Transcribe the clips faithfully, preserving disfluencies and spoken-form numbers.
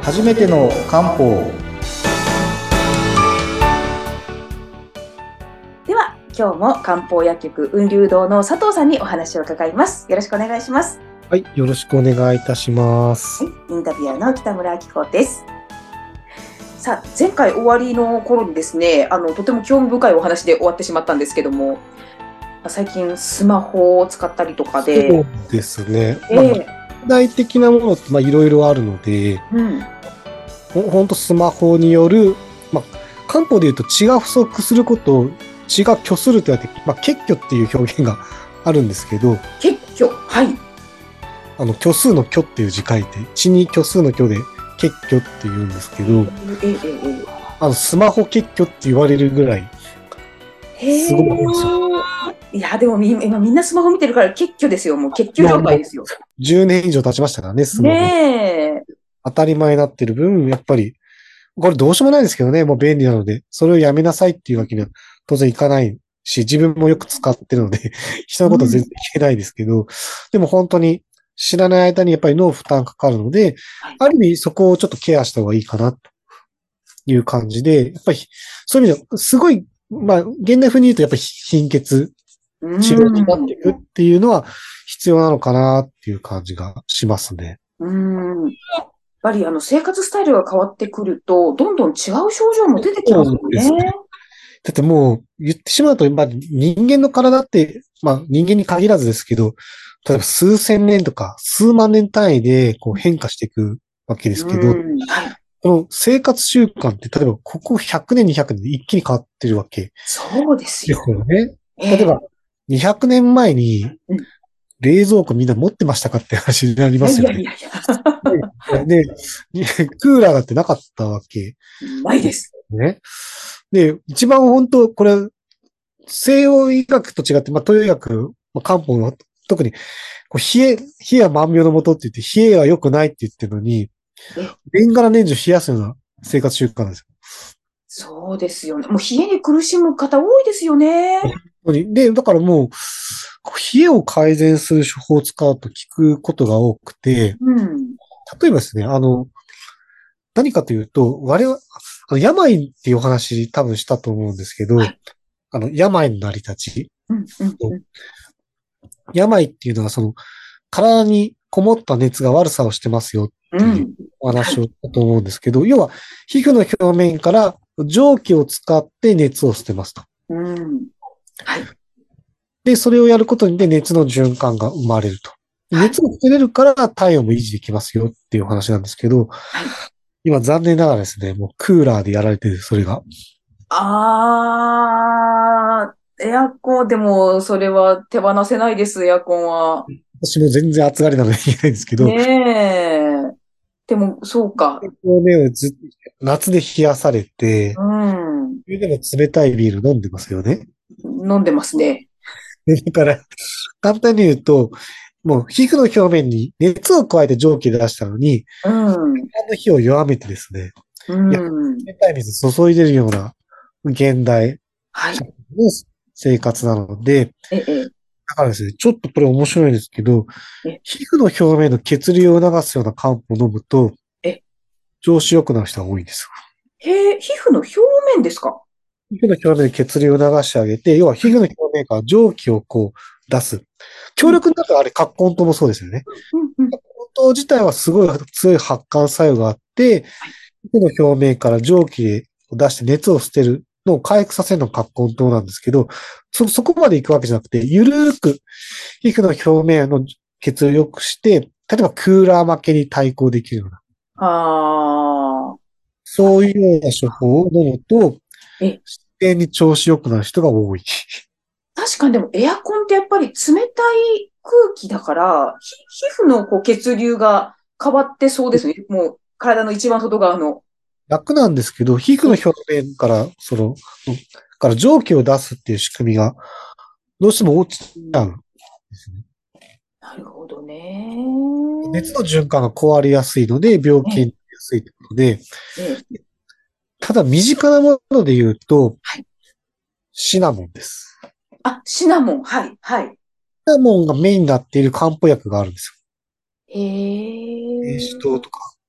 初めての漢方。 では今日も漢方薬局雲龍堂の佐藤さんにお話を伺います。よろしくお願いします。 はい、よろしくお願いいたします。 はい、インタビュアーの北村明子です。さあ、前回終わりの頃にですね、あのとても興味深いお話で終わってしまったんですけども、最近スマホを使ったりとかで、 そうですね。まあ、具ええ体的なものってまあいろいろあるので、 うん、 ほほんとスマホによる、まあ、漢方で言うと血が不足することを血が虚すると言われて、まあ、血虚っていう表現があるんですけど、 結虚、はい、 あの虚数の虚っていう字書いて、血に虚数の虚で血虚って言うんですけど、 えええええあのスマホ血虚って言われるぐらいえすごいんですよ。 いや、でもみ今みんなスマホ見てるから結虚ですよ。もう結虚まあもう状態ですよ。 じゅうねん以上経ちましたからね、スマホ。 ねえ。 当たり前になってる分、やっぱり、これどうしようもないですけどね、もう便利なので、それをやめなさいっていうわけには当然いかないし、自分もよく使ってるので、人のことは全然いけないですけど、でも本当に知らない間にやっぱり脳負担かかるので、 はい。 ある意味そこをちょっとケアした方がいいかなという感じで、やっぱりそういう意味では、すごい、まあ、現代風に言うとやっぱり貧血、 う治療になってん。 いくっていうのは必要なのかなっていう感じがしますね。 うん。やっぱりあの生活スタイルが変わってくると、どんどん違う症状も出てきますよね。 そうです。だってもう言ってしまうと、まあ、人間の体って、まあ人間に限らずですけど、例えば数千年とか数万年単位でこう変化していくわけですけど、 うん。はい。 この生活習慣って例えばここひゃくねん、にひゃくねんで一気に変わってるわけそうですですよ。 よね。 ええ。 例えばにひゃくねんまえにうん。 冷蔵庫みんな持ってましたかって話になりいやますよね。 いやいやいや。 で、でクーラーだってなかったわけですないです。 よね。で、一番本当、これ西洋医学と違って、まあ、東洋医学、まあ、漢方の、特に、こう冷え、冷えは万病のもとって言って、冷えは良くないって言ってるのに、 え、 年がら年中冷やすような生活習慣なんですよ。 そうですよね。もう冷えに苦しむ方多いですよね。 本当に。で、だからもう、冷えを改善する処方を使うと聞くことが多くて、 うん。 例えばですね、あの、何かというと、我々、あの病っていうお話多分したと思うんですけど、 はい。 あの、病の成り立ち。 うん、うん、うん。 病っていうのはその、体にこもった熱が悪さをしてますよっていううん。 おはい。 話をしたと思うんですけど、要は皮膚の表面から蒸気を使って熱を捨てますと。 うん。はい。 で、それをやることによって熱の循環が生まれると。 はい。 熱を捨てれるから体温も維持できますよっていうお話なんですけど、 はい。 今残念ながらですね、もうクーラーでやられてる、それが。 あー、エアコン、でも、それは手放せないです、エアコンは。 私も全然暑がりなので言えないんですけど、 ねえ。でも、そうか。 表面をず夏で冷やされて、 うん。 冬でも冷たいビール飲んでますよね。 飲んでますね。 だから、簡単に言うと、もう皮膚の表面に熱を加えて蒸気で出したのに、 うん。 あの火を弱めてですね、 ういや、 ん。 冷たい水注いでるような現代はい。 社会の生活なので、 え、え、 だからですね、ちょっとこれ面白いんですけど、 え、 皮膚の表面の血流を促すような漢方を飲むと、 え、 調子良くなる人が多いんですよ。 へえ、皮膚の表面ですか？ 皮膚の表面で血流を流してあげて、要は皮膚の表面から蒸気をこう出す。 うん、 強力になるとあれ、葛根湯もそうですよね。 うん、うん。 葛根湯自体はすごい強い発汗作用があって、 はい。 皮膚の表面から蒸気を出して熱を捨てるのを回復させるのが葛根湯なんですけど、そ、そこまで行くわけじゃなくて、ゆるーく皮膚の表面の血流を良くして、例えばクーラー負けに対抗できるような、 ああ。 そういうような処方を飲むと、 え、 自然に調子良くなる人が多い。 確かにでもエアコンってやっぱり冷たい空気だから、ひ皮膚のこう血流が変わってそうですね。もう体の一番外側の。 楽なんですけど、皮膚のえ、 表面から、その、うんから蒸気を出すっていう仕組みが、どうしても落ちちゃうんうん、 ですね。 なるほどね。 熱の循環が壊れやすいので、病気になりえ、 やすいということで、 え、 ただ身近なもので言うと、 はい。 シナモンです。 あ、シナモン。はい、はい。 シナモンがメインになっている漢方薬があるんですへよ。栄紫え。 糖とか。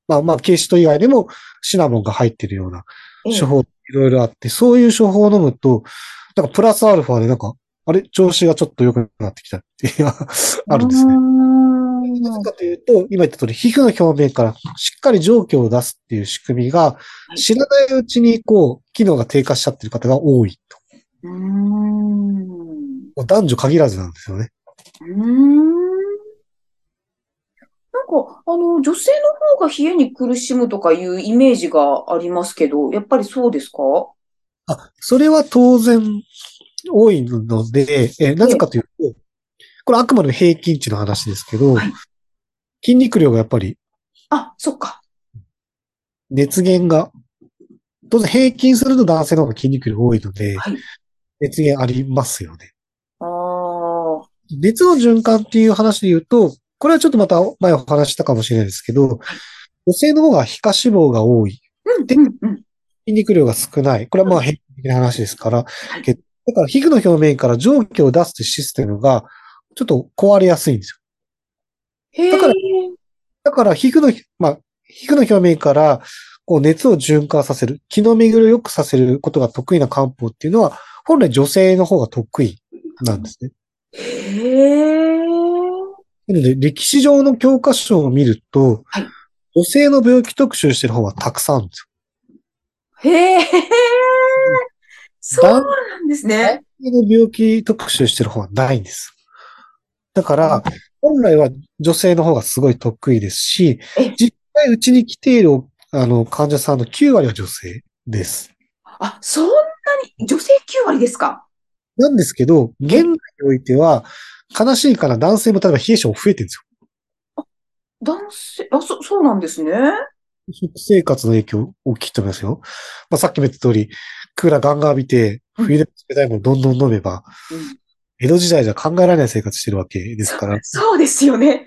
まあまあ、軽視と以外でもシナモンが入ってるようなええ。 処方いろいろあって、そういう処方を飲むと、なんかプラスアルファでなんか、あれ、調子がちょっと良くなってきたっていうのがうあるんですね。なぜーん。 かというと、今言った通り、皮膚の表面からしっかり蒸気を出すっていう仕組みが、 はい。 知らないうちに、こう、機能が低下しちゃってる方が多いと。 うーん。 もう男女限らずなんですよね。 うーん。なんか、あの、女性の方が冷えに苦しむとかいうイメージがありますけど、やっぱりそうですか？ あ、それは当然多いので、えーなぜええ。 かというと、これあくまでも平均値の話ですけど、 はい。 筋肉量がやっぱりあ、そっか。 熱源が、当然平均すると男性の方が筋肉量多いので、 はい。 熱源ありますよね。 ああ。 熱の循環っていう話で言うと、これはちょっとまた前お話ししたかもしれないですけど、 はい。 女性の方が皮下脂肪が多い。 うん、 で、 うん、うん。 筋肉量が少ない。これはまあ平均的な話ですから、 はい。 けだから皮膚の表面から蒸気を出すってシステムがちょっと壊れやすいんですよ。 へだから、 え。 だから皮膚の、まあ、皮膚の表面からこう熱を循環させる、気の巡りを良くさせることが得意な漢方っていうのは、本来女性の方が得意なんですね。 へえ。 なので、歴史上の教科書を見ると、 はい。 女性の病気特集してる方はたくさんあるんですへえ。 よ。 そう男なんです男ね。 性の病気特集してる方はないんです。だから、本来は女性の方がすごい得意ですし、 え、 実際うちに来ているあの患者さんのきゅう割は女性です。 あ、そんなに、女性きゅう割ですか？ なんですけど、現代え、 においては、悲しいから男性も例えば冷え性増えてるんです男性、あ、そ、そうなんですね。 よ。食生活の影響大きいと思いますよ。まあ、さっきも言った通り、クーラーガンガン浴びて、 うん、 冬でも冷たいものどんどん飲めば、 うん。 江戸時代じゃ考えられない生活してるわけですそ、 から、 そうですよね。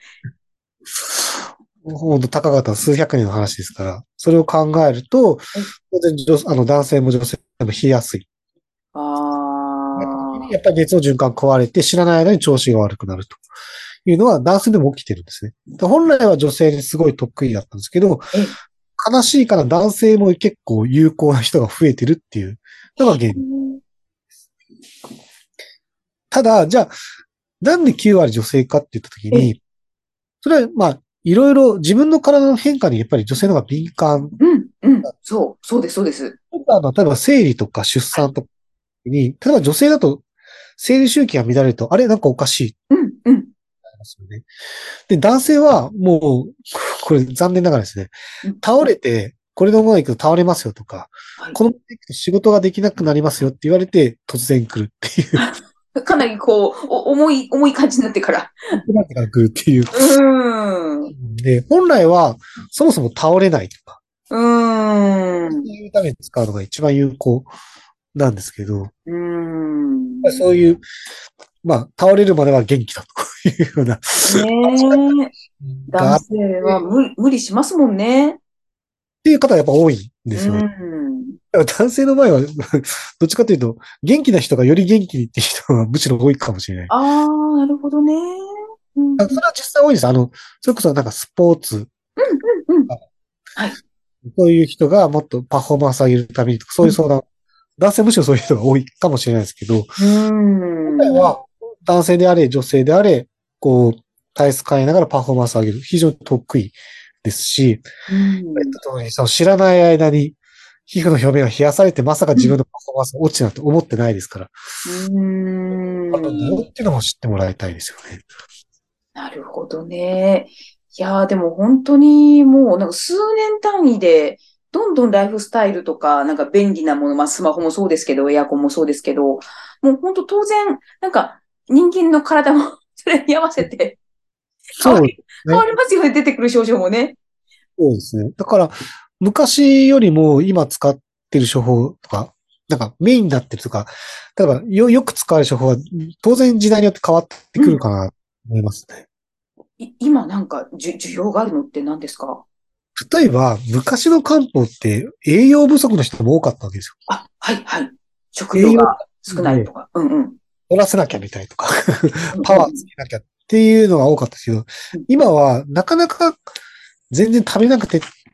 ほんとたかがた数百年の話ですから、それを考えると、 え、 当然女、あの男性も女性も冷えやすい。 あやっあ、 ぱり熱の循環壊れて知らない間に調子が悪くなるというのは男性でも起きてるんですね。本来は女性にすごい得意だったんですけど、 え、 悲しいから男性も結構有効な人が増えてるっていうのが現状。 うんただ、じゃあ、なんできゅう割女性かって言ったときえ、 に、それはまあ、いろいろ自分の体の変化にやっぱり女性の方が敏感。 うん、うん、そう、そうです、そうです。 あの、例えば生理とか出はい。 産とかに、例えば女性だと生理周期が乱れると、あれなんかおかしいってうん、うん、 なりますよね。で、男性はもう、これ残念ながらですね、 うん。 倒れて、これのまま行くと倒れますよとか、 はい。 このまま行くと仕事ができなくなりますよって言われて突然来るっていう、 かなりこう、お、重い、重い感じになってから。 なってから来るっていう。 うーん、 で、本来はそもそも倒れないとか、 うーん、 そういうために使うのが一番有効なんですけど、 うーん。 そういう、まあ、倒れるまでは元気だというような、 ねえ。男があっ性はて、 無理、無理しますもんね。 っていう方がやっぱ多いんでうすよね。 ん。 だから男性の場合は、どっちかというと、元気な人がより元気にっていう人はむしろ多いかもしれない。 ああ、なるほどね。うん、うん、 あそれは実際多いです。あの、それこそなんかスポーツ、 うん、うん。はい。 そういう人がもっとパフォーマンス上げるためにとか、そううん、 いう相談、男性むしろそういう人が多いかもしれないですけど、 うーん。 本来は男性であれ、女性であれ、こう、体質変えながらパフォーマンスを上げる。非常に得意ですし、 うん。 言った通り、その知らない間に皮膚の表面が冷やされて、まさかうん。 自分のパフォーマンスが落ちなんて思ってないですから、 うーあるんだよん。 っていうのも知ってもらいたいですよね。 なるほどね。いやー、でも本当にもうなんか数年単位で、どんどんライフスタイルとか、なんか便利なもの、まあスマホもそうですけど、エアコンもそうですけど、もう本当当然、なんか人間の体もそれに合わせて変わそうり、変わね。 りますよね、出てくる症状もね。 そうですね。だから、昔よりも今使ってる処方とか、なんかメインになってるとか、例えばよ、よく使われる処方は当然時代によって変わってくるうん。 かなと思いますね。 い今なんかじゅ需要があるのって何ですか？ 例えば、昔の漢方って栄養不足の人も多かったわけですあ、はい、はい。食よ。栄養料が少ないでとか。うんうん。 取らせなきゃみたいとか、 うんパワーつうんけなきゃっていうのが多かったですけど、 うん。 今はなかなか全然食べなくて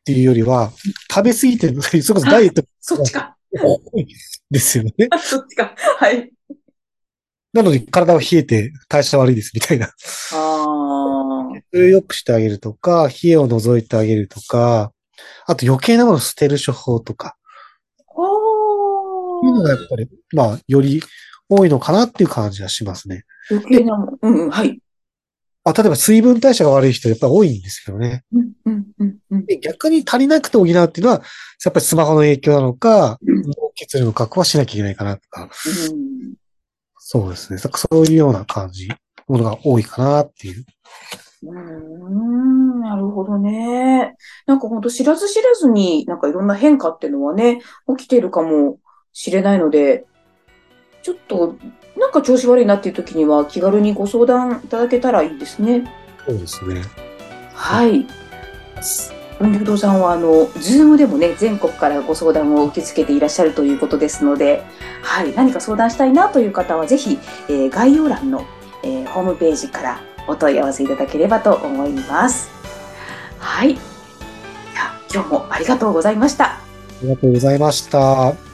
っていうよりは、食べ過ぎてる、それこそダイエットそっちか。 多いですよね。 そっちか。はい。 なので体は冷えて代謝悪いですみたいな。 ああ。 それを良くしてあげるとか、冷えを除いてあげるとか、あと余計なものを捨てる処方とか、いうのおー。 がやっぱり、まあ、より多いのかなっていう感じはしますね。 余計で、 なもの。うんうん。はい。 あ、例えば水分代謝が悪い人やっぱり多いんですよね。 うんうんうんうんで、逆に足りなくて補うっていうのは、やっぱりスマホの影響なのか、 うん脳血流の確保はしなきゃいけないかなとか、 うん。 そうですね。なんかそういうような感じ、ものが多いかなっていう。 うーん、なるほどね。なんか本当知らず知らずになんかいろんな変化っていうのはね、起きているかもしれないので、ちょっとなんか調子悪いなっていう時には気軽にご相談いただけたらいいですね。 そうですね。 はい。文不動さんはあの、ズームでもね、全国からご相談を受け付けていらっしゃるということですので、はい、何か相談したいなという方はぜひ、えー概要欄の、えーホームページからお問い合わせいただければと思います。はい。じゃあ今日もありがとうございました。 ありがとうございました。